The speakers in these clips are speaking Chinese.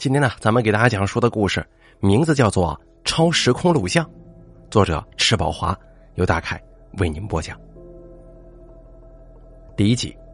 今天呢，咱们给大家讲述的故事名字叫做《超时空录像》，作者赤宝华，由大凯为您播讲。第一集。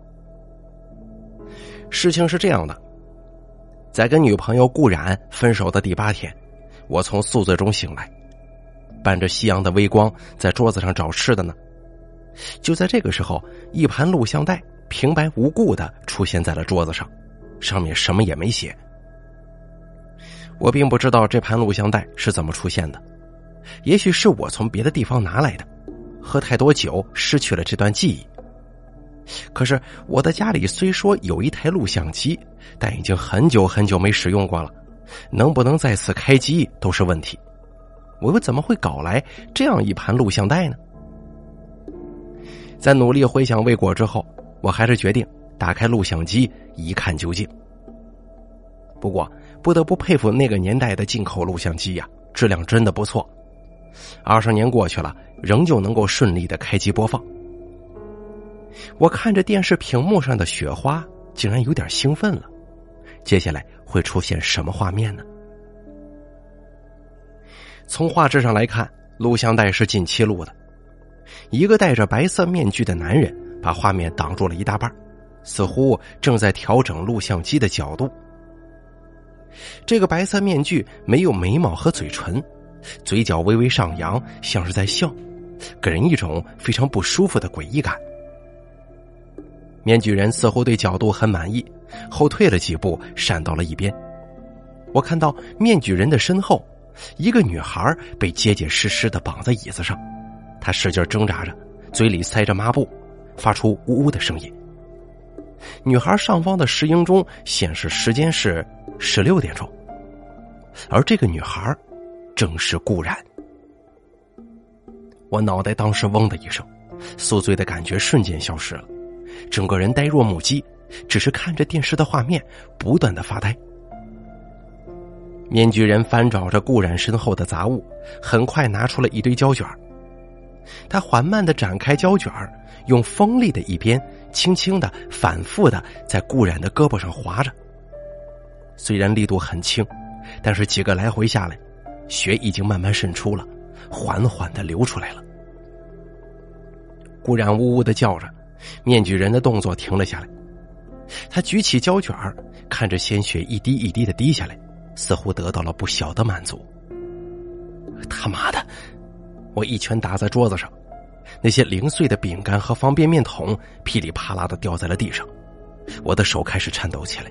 事情是这样的，在跟女朋友顾然分手的第8天，我从宿醉中醒来，伴着夕阳的微光，在桌子上找吃的呢。就在这个时候，一盘录像带平白无故的出现在了桌子上，上面什么也没写。我并不知道这盘录像带是怎么出现的，也许是我从别的地方拿来的，喝太多酒失去了这段记忆。可是我的家里虽说有一台录像机，但已经很久很久没使用过了，能不能再次开机都是问题。我又怎么会搞来这样一盘录像带呢？在努力回想未果之后，我还是决定打开录像机一看究竟。不过不得不佩服那个年代的进口录像机呀，质量真的不错。20年过去了，仍旧能够顺利的开机播放。我看着电视屏幕上的雪花，竟然有点兴奋了。接下来会出现什么画面呢？从画质上来看，录像带是近期录的。一个戴着白色面具的男人把画面挡住了一大半，似乎正在调整录像机的角度。这个白色面具没有眉毛和嘴唇，嘴角微微上扬，像是在笑，给人一种非常不舒服的诡异感。面具人似乎对角度很满意，后退了几步，闪到了一边。我看到面具人的身后，一个女孩被结结实实地绑在椅子上，她使劲挣扎着，嘴里塞着抹布，发出呜呜的声音。女孩上方的石英钟显示时间是16点钟，而这个女孩正是顾然。我脑袋当时嗡的一声，宿醉的感觉瞬间消失了，整个人呆若木鸡，只是看着电视的画面不断的发呆。面具人翻找着顾然身后的杂物，很快拿出了一堆胶卷。他缓慢地展开胶卷，用锋利的一边轻轻地反复地在顾然的胳膊上划着。虽然力度很轻，但是几个来回下来，血已经慢慢渗出了，缓缓地流出来了。顾然呜呜地叫着，面具人的动作停了下来。他举起胶卷，看着鲜血一滴一滴地滴下来，似乎得到了不小的满足。他妈的！我一拳打在桌子上，那些零碎的饼干和方便面桶噼里啪啦地掉在了地上，我的手开始颤抖起来。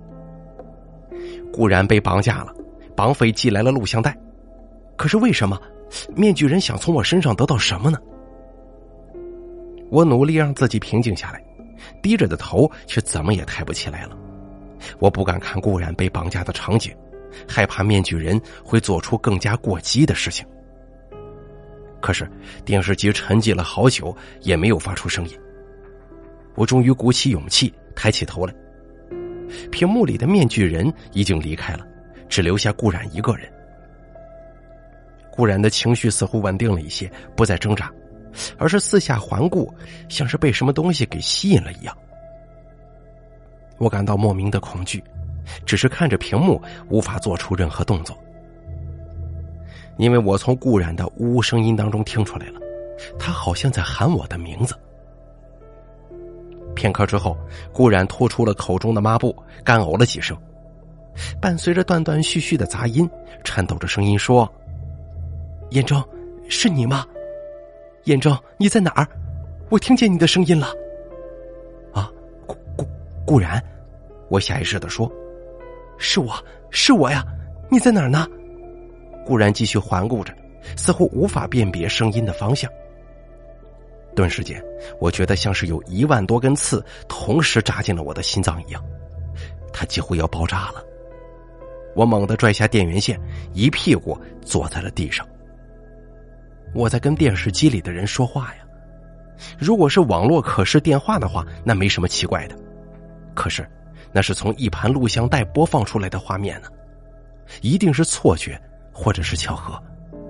顾然被绑架了，绑匪寄来了录像带，可是为什么面具人想从我身上得到什么呢？我努力让自己平静下来，低着的头却怎么也抬不起来了。我不敢看顾然被绑架的场景，害怕面具人会做出更加过激的事情。可是电视机沉寂了好久，也没有发出声音。我终于鼓起勇气抬起头来，屏幕里的面具人已经离开了，只留下顾然一个人。顾然的情绪似乎稳定了一些，不再挣扎，而是四下环顾，像是被什么东西给吸引了一样。我感到莫名的恐惧，只是看着屏幕，无法做出任何动作。因为我从顾然的呜呜声音当中听出来了，他好像在喊我的名字。片刻之后，顾然吐出了口中的抹布，干呕了几声，伴随着断断续续的杂音，颤抖着声音说：“燕征，是你吗？燕征，你在哪儿？我听见你的声音了。”啊，顾然，我下意识地说：“是我呀，你在哪儿呢？”顾然继续环顾着，似乎无法辨别声音的方向。顿时间，我觉得像是有1万多根刺同时扎进了我的心脏一样，它几乎要爆炸了。我猛地拽下电源线，一屁股坐在了地上。我在跟电视机里的人说话呀，如果是网络可视电话的话，那没什么奇怪的，可是那是从一盘录像带播放出来的画面呢，一定是错觉或者是巧合。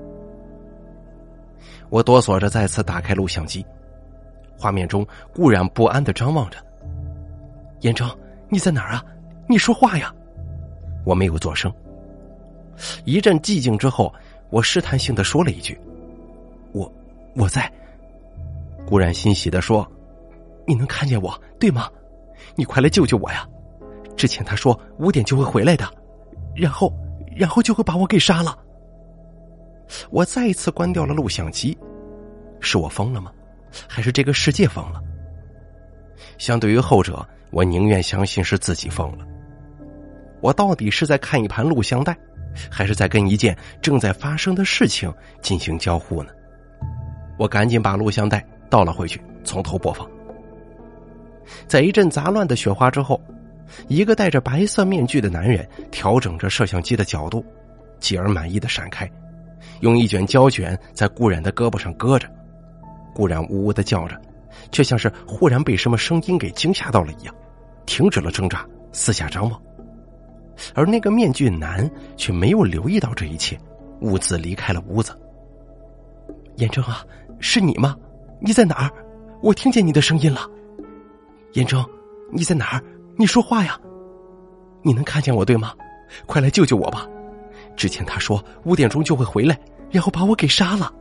我哆嗦着再次打开录像机，画面中顾然不安地张望着。燕征，你在哪儿啊？你说话呀！ 我没有作声。一阵寂静之后，我试探性地说了一句：我在。顾然欣喜地说：你能看见我对吗？你快来救救我呀！之前他说5点就会回来的，然后就会把我给杀了。我再一次关掉了录像机。是我疯了吗？还是这个世界疯了？相对于后者，我宁愿相信是自己疯了。我到底是在看一盘录像带，还是在跟一件正在发生的事情进行交互呢？我赶紧把录像带倒了回去，从头播放。在一阵杂乱的雪花之后，一个戴着白色面具的男人调整着摄像机的角度，继而满意的闪开，用一卷胶卷在顾然的胳膊上搁着。顾然呜呜的叫着，却像是忽然被什么声音给惊吓到了一样，停止了挣扎，四下张望。而那个面具男却没有留意到这一切，兀自离开了屋子。严正啊，是你吗？你在哪儿？我听见你的声音了。严正，你在哪儿？你说话呀！你能看见我对吗？快来救救我吧！之前他说5点钟就会回来，然后把我给杀了。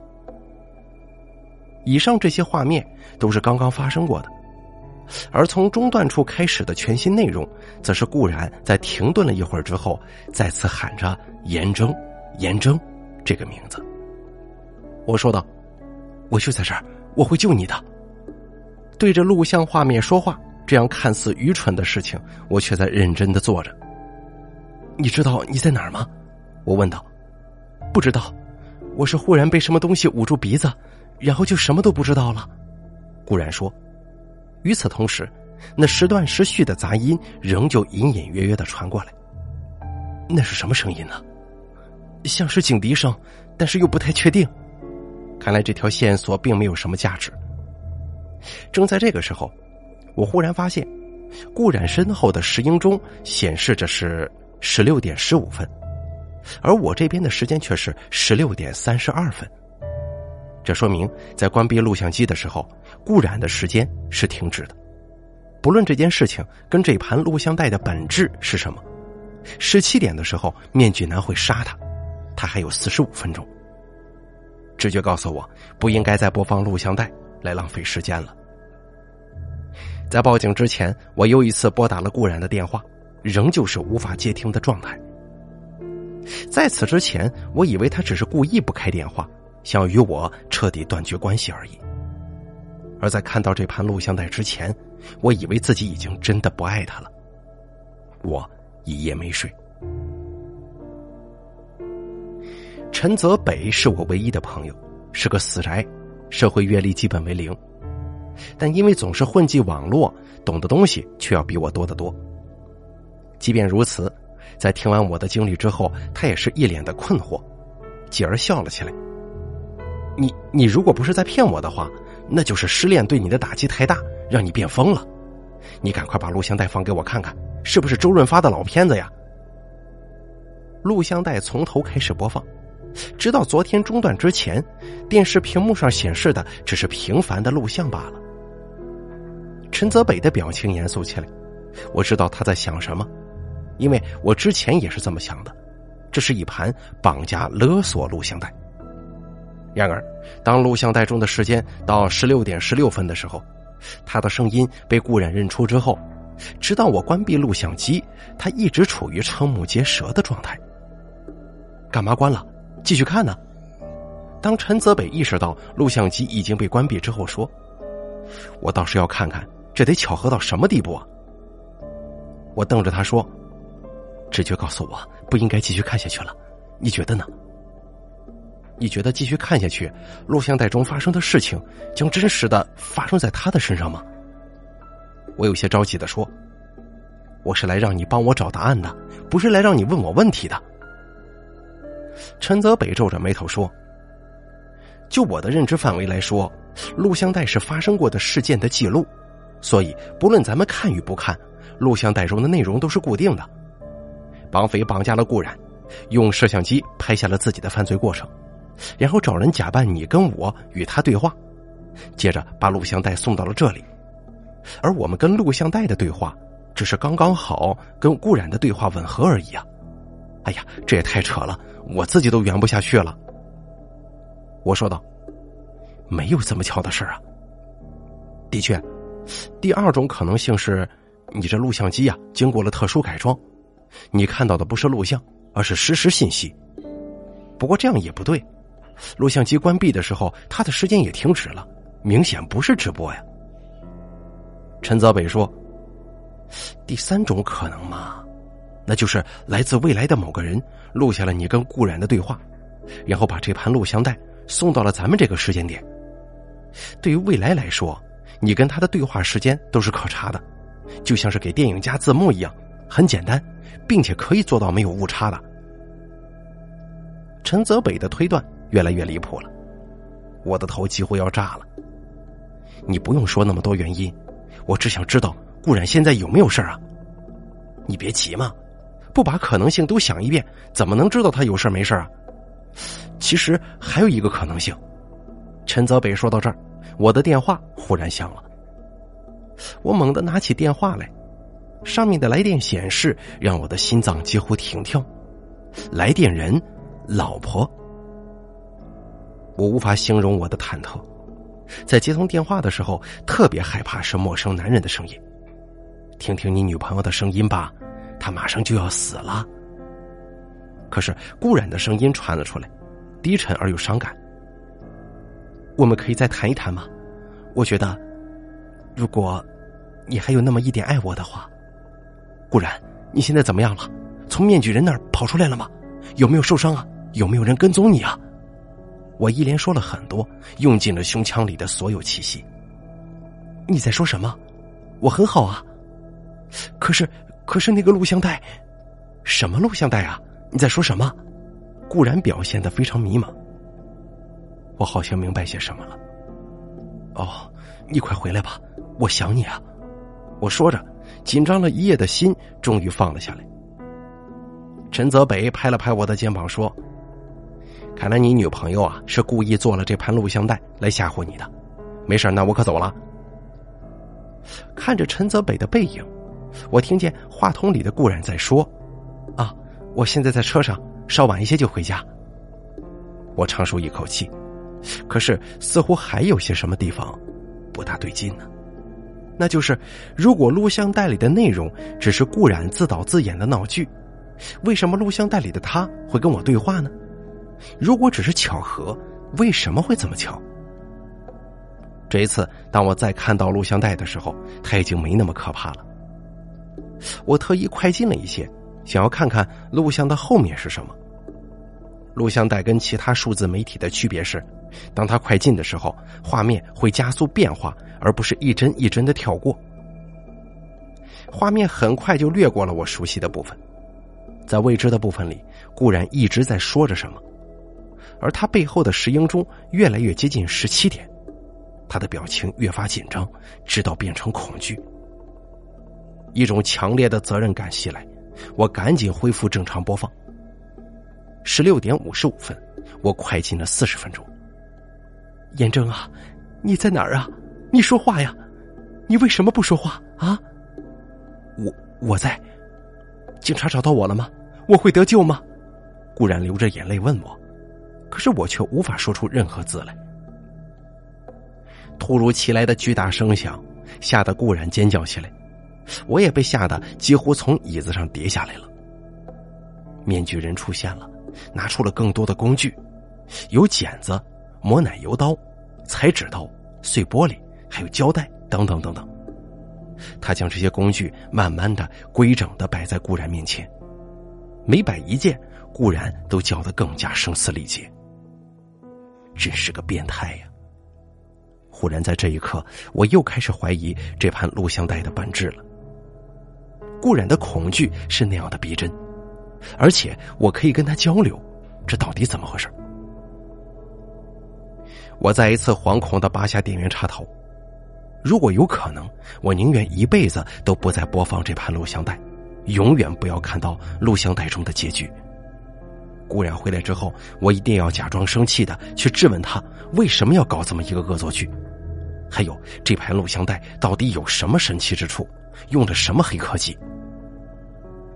以上这些画面都是刚刚发生过的，而从中断处开始的全新内容，则是顾然在停顿了一会儿之后，再次喊着严正严正这个名字。我说道：我就在这儿，我会救你的。对着录像画面说话，这样看似愚蠢的事情，我却在认真地做着。你知道你在哪儿吗？我问道。不知道，我是忽然被什么东西捂住鼻子，然后就什么都不知道了。顾然说。与此同时，那时断时续的杂音仍旧隐隐约约地传过来。那是什么声音呢？像是警笛声，但是又不太确定。看来这条线索并没有什么价值。正在这个时候，我忽然发现顾然身后的石英钟显示着是16点15分，而我这边的时间却是16点32分。这说明在关闭录像机的时候，顾然的时间是停止的。不论这件事情跟这盘录像带的本质是什么，17点的时候面具男会杀他，他还有45分钟。直觉告诉我不应该再播放录像带来浪费时间了。在报警之前，我又一次拨打了顾然的电话，仍旧是无法接听的状态。在此之前，我以为他只是故意不开电话，想与我彻底断绝关系而已。而在看到这盘录像带之前，我以为自己已经真的不爱他了。我一夜没睡。陈泽北是我唯一的朋友，是个死宅，社会阅历基本为0，但因为总是混迹网络，懂的东西却要比我多得多。即便如此，在听完我的经历之后，他也是一脸的困惑，继而笑了起来。你如果不是在骗我的话，那就是失恋对你的打击太大，让你变疯了。你赶快把录像带放给我看看，是不是周润发的老片子呀？录像带从头开始播放，直到昨天中断之前，电视屏幕上显示的只是平凡的录像罢了。陈泽北的表情严肃起来，我知道他在想什么，因为我之前也是这么想的，这是一盘绑架勒索录像带。然而当录像带中的时间到16点16分的时候，他的声音被顾然认出之后，直到我关闭录像机，他一直处于瞠目结舌的状态。干嘛关了？继续看呢？当陈泽北意识到录像机已经被关闭之后说，我倒是要看看这得巧合到什么地步啊。我瞪着他说，直觉告诉我不应该继续看下去了，你觉得呢？你觉得继续看下去，录像带中发生的事情将真实的发生在他的身上吗？我有些着急地说，我是来让你帮我找答案的，不是来让你问我问题的。陈泽北皱着眉头说，就我的认知范围来说，录像带是发生过的事件的记录，所以不论咱们看与不看，录像带中的内容都是固定的。绑匪绑架了顾然，用摄像机拍下了自己的犯罪过程，然后找人假扮你跟我与他对话，接着把录像带送到了这里。而我们跟录像带的对话只是刚刚好跟顾然的对话吻合而已啊， 哎呀，这也太扯了，我自己都圆不下去了。我说道，没有这么巧的事啊。的确，第二种可能性是你这录像机经过了特殊改装，你看到的不是录像，而是实时信息。不过这样也不对，录像机关闭的时候它的时间也停止了，明显不是直播呀。陈泽北说，第三种可能嘛，那就是来自未来的某个人录下了你跟顾然的对话，然后把这盘录像带送到了咱们这个时间点。对于未来来说，你跟他的对话时间都是可查的，就像是给电影加字幕一样，很简单，并且可以做到没有误差的。陈泽北的推断越来越离谱了，我的头几乎要炸了。你不用说那么多原因，我只想知道顾然现在有没有事啊？你别急嘛，不把可能性都想一遍，怎么能知道他有事没事啊？其实还有一个可能性。陈泽北说到这儿，我的电话忽然响了。我猛地拿起电话来，上面的来电显示让我的心脏几乎停跳。来电人老婆。我无法形容我的忐忑，在接通电话的时候特别害怕是陌生男人的声音。听听你女朋友的声音吧，她马上就要死了。可是顾然的声音传了出来，低沉而又伤感。我们可以再谈一谈吗？我觉得如果你还有那么一点爱我的话。顾然，你现在怎么样了？从面具人那儿跑出来了吗？有没有受伤啊？有没有人跟踪你啊？我一连说了很多，用尽了胸腔里的所有气息。你在说什么？我很好啊。可是那个录像带。什么录像带啊？你在说什么？顾然表现得非常迷茫。我好像明白些什么了。哦，你快回来吧，我想你啊。我说着，紧张了一夜的心终于放了下来。陈泽北拍了拍我的肩膀说，看来你女朋友是故意做了这盘录像带来吓唬你的。没事，那我可走了。看着陈泽北的背影，我听见话筒里的顾然在说，我现在在车上，稍晚一些就回家。我长舒一口气，可是似乎还有些什么地方不大对劲呢。那就是如果录像带里的内容只是顾然自导自演的闹剧，为什么录像带里的他会跟我对话呢？如果只是巧合，为什么会这么巧？这一次当我再看到录像带的时候，他已经没那么可怕了。我特意快进了一些，想要看看录像的后面是什么。录像带跟其他数字媒体的区别是，当它快进的时候，画面会加速变化，而不是一帧一帧的跳过。画面很快就掠过了我熟悉的部分，在未知的部分里，顾然一直在说着什么，而他背后的石英钟越来越接近17点，他的表情越发紧张，直到变成恐惧。一种强烈的责任感袭来，我赶紧恢复正常播放。16点55分，我快进了40分钟。严正啊，你在哪儿啊？你说话呀！你为什么不说话啊？我在。警察找到我了吗？我会得救吗？顾然流着眼泪问我，可是我却无法说出任何字来。突如其来的巨大声响吓得顾然尖叫起来，我也被吓得几乎从椅子上跌下来了。面具人出现了，拿出了更多的工具，有剪子、磨奶油刀、裁纸刀、碎玻璃，还有胶带等等等等。他将这些工具慢慢的规整的摆在顾然面前，每摆一件，顾然都叫得更加声嘶力竭。真是个变态呀！忽然在这一刻，我又开始怀疑这盘录像带的本质了。顾然的恐惧是那样的逼真，而且我可以跟他交流，这到底怎么回事？我再一次惶恐地拔下电源插头。如果有可能，我宁愿一辈子都不再播放这盘录像带，永远不要看到录像带中的结局。顾然回来之后，我一定要假装生气的去质问他为什么要搞这么一个恶作剧，还有这盘录像带到底有什么神奇之处，用的什么黑科技。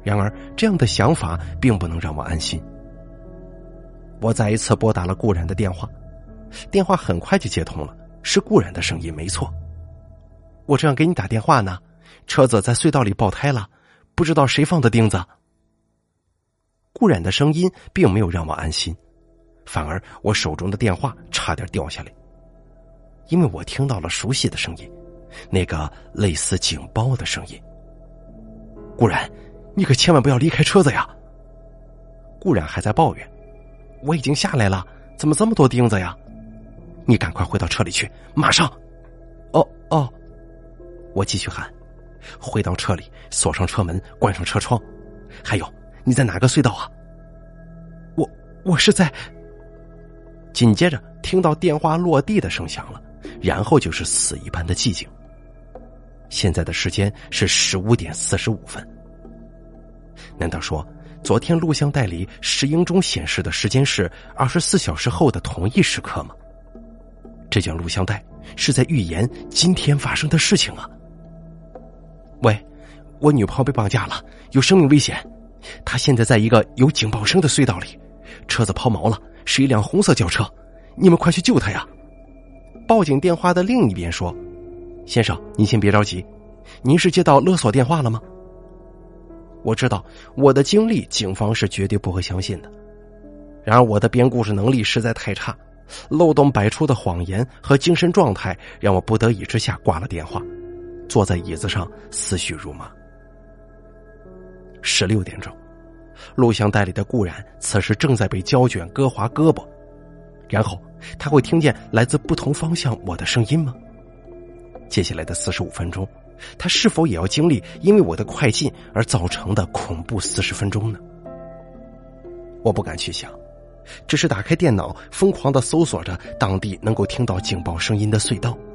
然而这样的想法并不能让我安心。我再一次拨打了顾然的电话，电话很快就接通了，是顾然的声音，没错。我正要给你打电话呢，车子在隧道里爆胎了，不知道谁放的钉子。顾然的声音并没有让我安心，反而我手中的电话差点掉下来，因为我听到了熟悉的声音，那个类似警报的声音。顾然，你可千万不要离开车子呀！顾然还在抱怨，我已经下来了，怎么这么多钉子呀？你赶快回到车里去，马上！哦，我继续喊，回到车里，锁上车门，关上车窗。还有，你在哪个隧道啊？我是在……紧接着听到电话落地的声响了，然后就是死一般的寂静。现在的时间是15点45分。难道说昨天录像带里石英中显示的时间是24小时后的同一时刻吗？这卷录像带是在预言今天发生的事情啊！喂，我女朋友被绑架了，有生命危险，她现在在一个有警报声的隧道里，车子抛锚了，是一辆红色轿车，你们快去救她呀！报警电话的另一边说，先生，您先别着急，您是接到勒索电话了吗？我知道我的经历警方是绝对不会相信的，然而我的编故事能力实在太差，漏洞百出的谎言和精神状态让我不得已之下挂了电话，坐在椅子上思绪如麻。16点钟，录像带里的顾然此时正在被胶卷割划胳膊，然后他会听见来自不同方向我的声音吗？接下来的45分钟，他是否也要经历因为我的快进而造成的恐怖40分钟呢？我不敢去想，只是打开电脑疯狂地搜索着当地能够听到警报声音的隧道。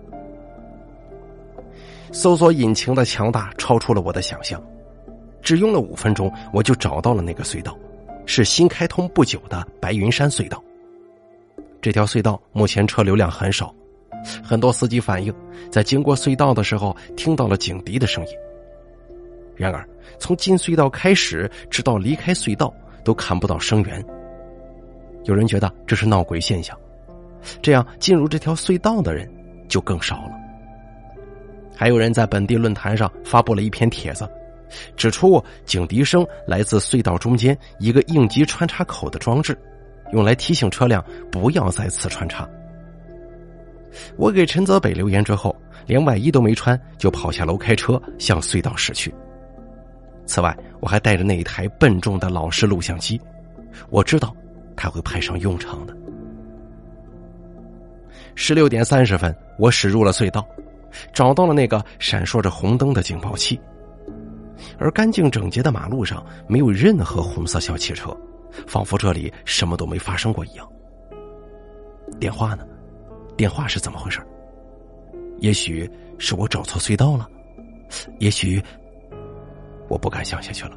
搜索引擎的强大超出了我的想象，只用了5分钟我就找到了那个隧道，是新开通不久的白云山隧道。这条隧道目前车流量很少，很多司机反映在经过隧道的时候听到了警笛的声音。然而从进隧道开始直到离开隧道都看不到声源，有人觉得这是闹鬼现象，这样进入这条隧道的人就更少了。还有人在本地论坛上发布了一篇帖子，指出警笛声来自隧道中间一个应急穿插口的装置，用来提醒车辆不要在此穿插。我给陈泽北留言之后，连外衣都没穿就跑下楼开车向隧道驶去。此外，我还带着那一台笨重的老式录像机，我知道它会派上用场的。16点30分，我驶入了隧道，找到了那个闪烁着红灯的警报器，而干净整洁的马路上没有任何红色小汽车，仿佛这里什么都没发生过一样。电话呢？电话是怎么回事？也许是我找错隧道了，也许……我不敢想下去了。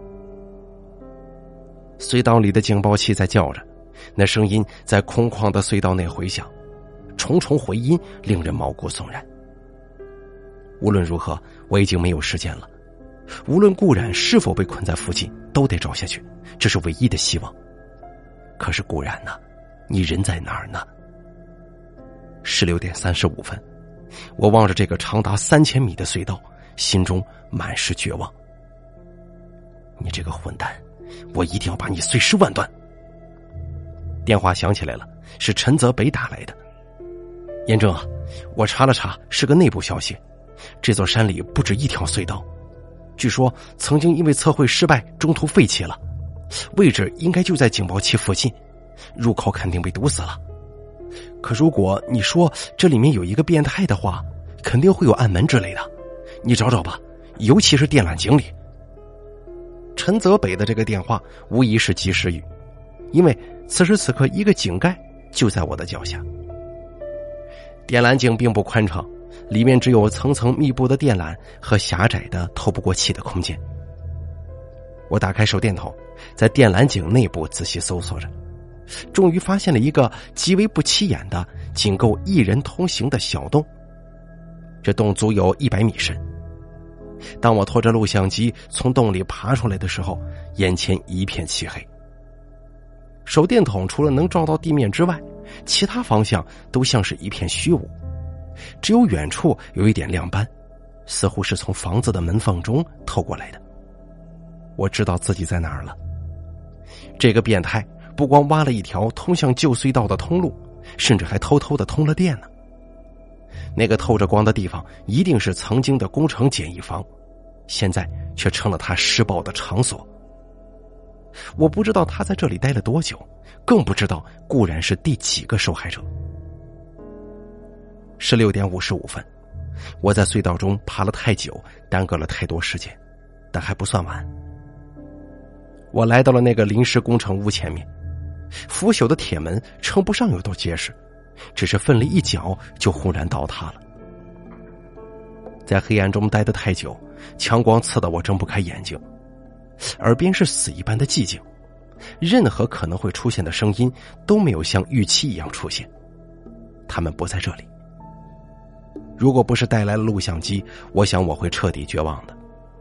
隧道里的警报器在叫着，那声音在空旷的隧道内回响，重重回音令人毛骨悚然。无论如何，我已经没有时间了，无论顾然是否被困在附近，都得找下去，这是唯一的希望。可是顾然呢？你人在哪儿呢？16点35分，我望着这个长达3000米的隧道，心中满是绝望。你这个混蛋，我一定要把你碎尸万段。电话响起来了，是陈泽北打来的。严正啊，我查了查，是个内部消息，这座山里不止一条隧道，据说曾经因为测绘失败中途废弃了，位置应该就在警报器附近，入口肯定被堵死了。可如果你说这里面有一个变态的话，肯定会有暗门之类的，你找找吧，尤其是电缆井里。陈泽北的这个电话无疑是及时雨，因为此时此刻一个井盖就在我的脚下。电缆井并不宽敞，里面只有层层密布的电缆和狭窄的透不过气的空间。我打开手电筒，在电缆井内部仔细搜索着，终于发现了一个极为不起眼的仅够一人通行的小洞。这洞足有100米深， 当我拖着录像机从洞里爬出来的时候，眼前一片漆黑。手电筒除了能照到地面之外，其他方向都像是一片虚无，只有远处有一点亮斑，似乎是从房子的门缝中透过来的。我知道自己在哪儿了。这个变态不光挖了一条通向旧隧道的通路，甚至还偷偷地通了电呢。那个透着光的地方一定是曾经的工程简易房，现在却成了他施暴的场所。我不知道他在这里待了多久，更不知道顾然是第几个受害者。16点55分，我在隧道中爬了太久，耽搁了太多时间，但还不算晚。我来到了那个临时工程屋前面，腐朽的铁门称不上有多结实，只是奋力一脚就轰然倒塌了。在黑暗中待得太久，强光刺得我睁不开眼睛，耳边是死一般的寂静，任何可能会出现的声音都没有像预期一样出现，他们不在这里。如果不是带来了录像机，我想我会彻底绝望的。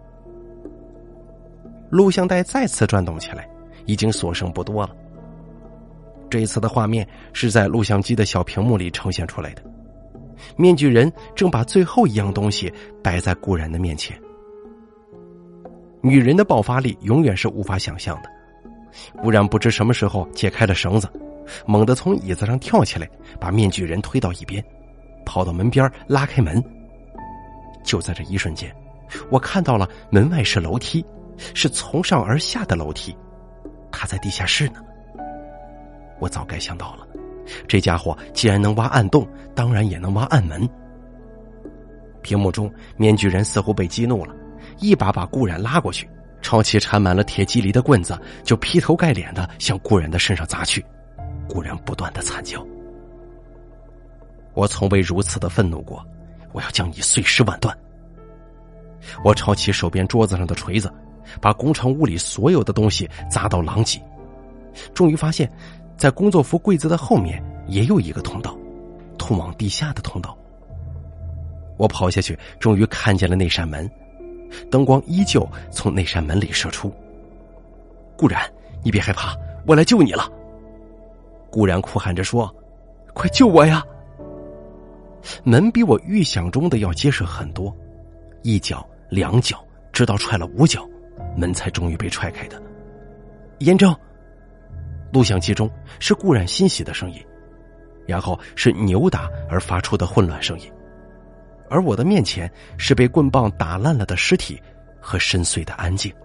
录像带再次转动起来，已经所剩不多了。这一次的画面是在录像机的小屏幕里呈现出来的，面具人正把最后一样东西摆在顾然的面前。女人的爆发力永远是无法想象的。顾然不知什么时候解开了绳子，猛地从椅子上跳起来，把面具人推到一边，跑到门边拉开门。就在这一瞬间，我看到了门外是楼梯，是从上而下的楼梯，他在地下室呢。我早该想到了，这家伙既然能挖暗洞，当然也能挖暗门。屏幕中，面具人似乎被激怒了，一把把顾然拉过去，抄起缠满了铁蒺藜的棍子，就劈头盖脸的向顾然的身上砸去。顾然不断的惨叫。我从未如此的愤怒过，我要将你碎尸万段。我抄起手边桌子上的锤子，把工程屋里所有的东西砸到狼藉。终于发现，在工作服柜子的后面也有一个通道，通往地下的通道。我跑下去，终于看见了那扇门，灯光依旧从那扇门里射出。顾然，你别害怕，我来救你了。顾然哭喊着说，快救我呀！门比我预想中的要结实很多，一脚两脚直到踹了5脚，门才终于被踹开的。验证。录像机中是顾然欣喜的声音，然后是扭打而发出的混乱声音，而我的面前是被棍棒打烂了的尸体和深邃的安静。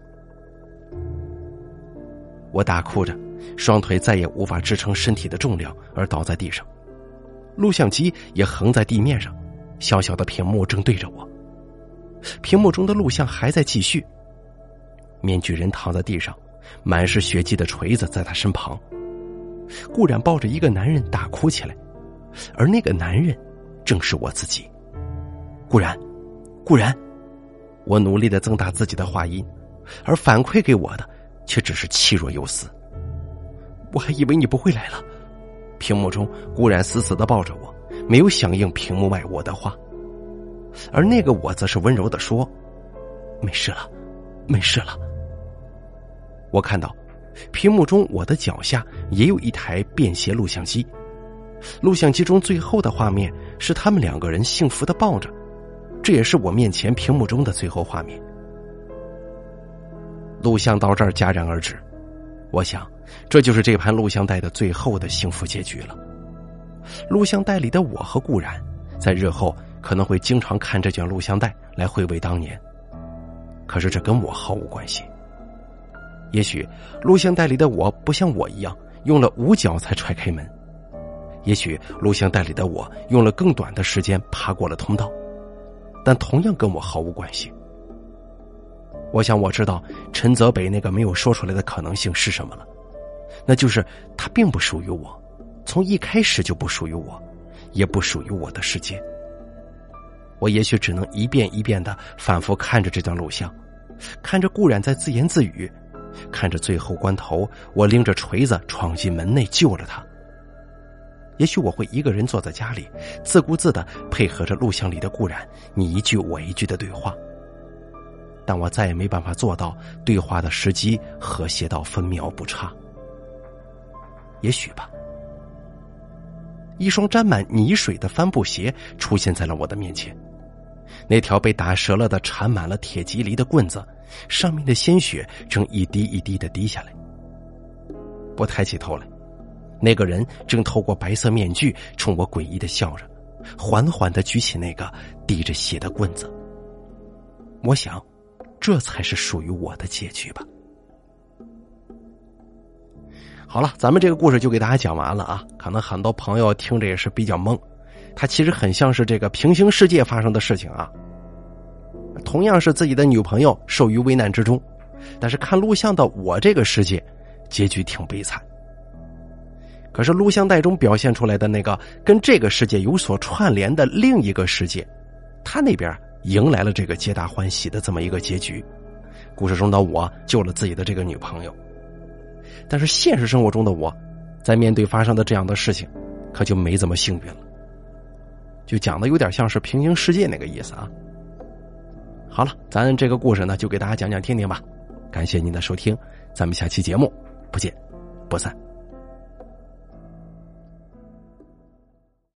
我大哭着，双腿再也无法支撑身体的重量而倒在地上，录像机也横在地面上，小小的屏幕正对着我，屏幕中的录像还在继续。面具人躺在地上，满是血迹的锤子在他身旁。顾然抱着一个男人大哭起来，而那个男人正是我自己。顾然，顾然！我努力地增大自己的话音，而反馈给我的却只是气若游丝。我还以为你不会来了。屏幕中顾然死死地抱着我，没有响应屏幕外我的话，而那个我则是温柔地说，没事了，没事了。我看到屏幕中我的脚下也有一台便携录像机，录像机中最后的画面是他们2个人幸福地抱着，这也是我面前屏幕中的最后画面。录像到这儿戛然而止，我想这就是这盘录像带的最后的幸福结局了。录像带里的我和顾然在日后可能会经常看这卷录像带来回味当年，可是这跟我毫无关系。也许录像带里的我不像我一样用了5脚才踹开门，也许录像带里的我用了更短的时间爬过了通道，但同样跟我毫无关系。我想我知道陈泽北那个没有说出来的可能性是什么了，那就是他并不属于我，从一开始就不属于我，也不属于我的世界。我也许只能一遍一遍地反复看着这段录像，看着顾然在自言自语，看着最后关头我拎着锤子闯进门内救了他。也许我会一个人坐在家里，自顾自地配合着录像里的顾然，你一句我一句的对话。 但我再也没办法做到对话的时机和谐到分秒不差。也许吧。一双沾满泥水的帆布鞋出现在了我的面前，那条被打折了的缠满了铁蒺藜的棍子，上面的鲜血正一滴一滴地滴下来。我抬起头来，那个人正透过白色面具冲我诡异地笑着，缓缓地举起那个滴着血的棍子。我想，这才是属于我的结局吧。好了，咱们这个故事就给大家讲完了啊。可能很多朋友听着也是比较懵，它其实很像是这个平行世界发生的事情啊。同样是自己的女朋友受于危难之中，但是看录像的我这个世界结局挺悲惨。可是录像带中表现出来的那个跟这个世界有所串联的另一个世界，他那边迎来了这个皆大欢喜的这么一个结局。故事中的我救了自己的这个女朋友，但是现实生活中的我在面对发生的这样的事情可就没这么幸运了，就讲的有点像是平行世界那个意思啊。好了，咱这个故事呢就给大家讲讲听听吧。感谢您的收听，咱们下期节目不见不散。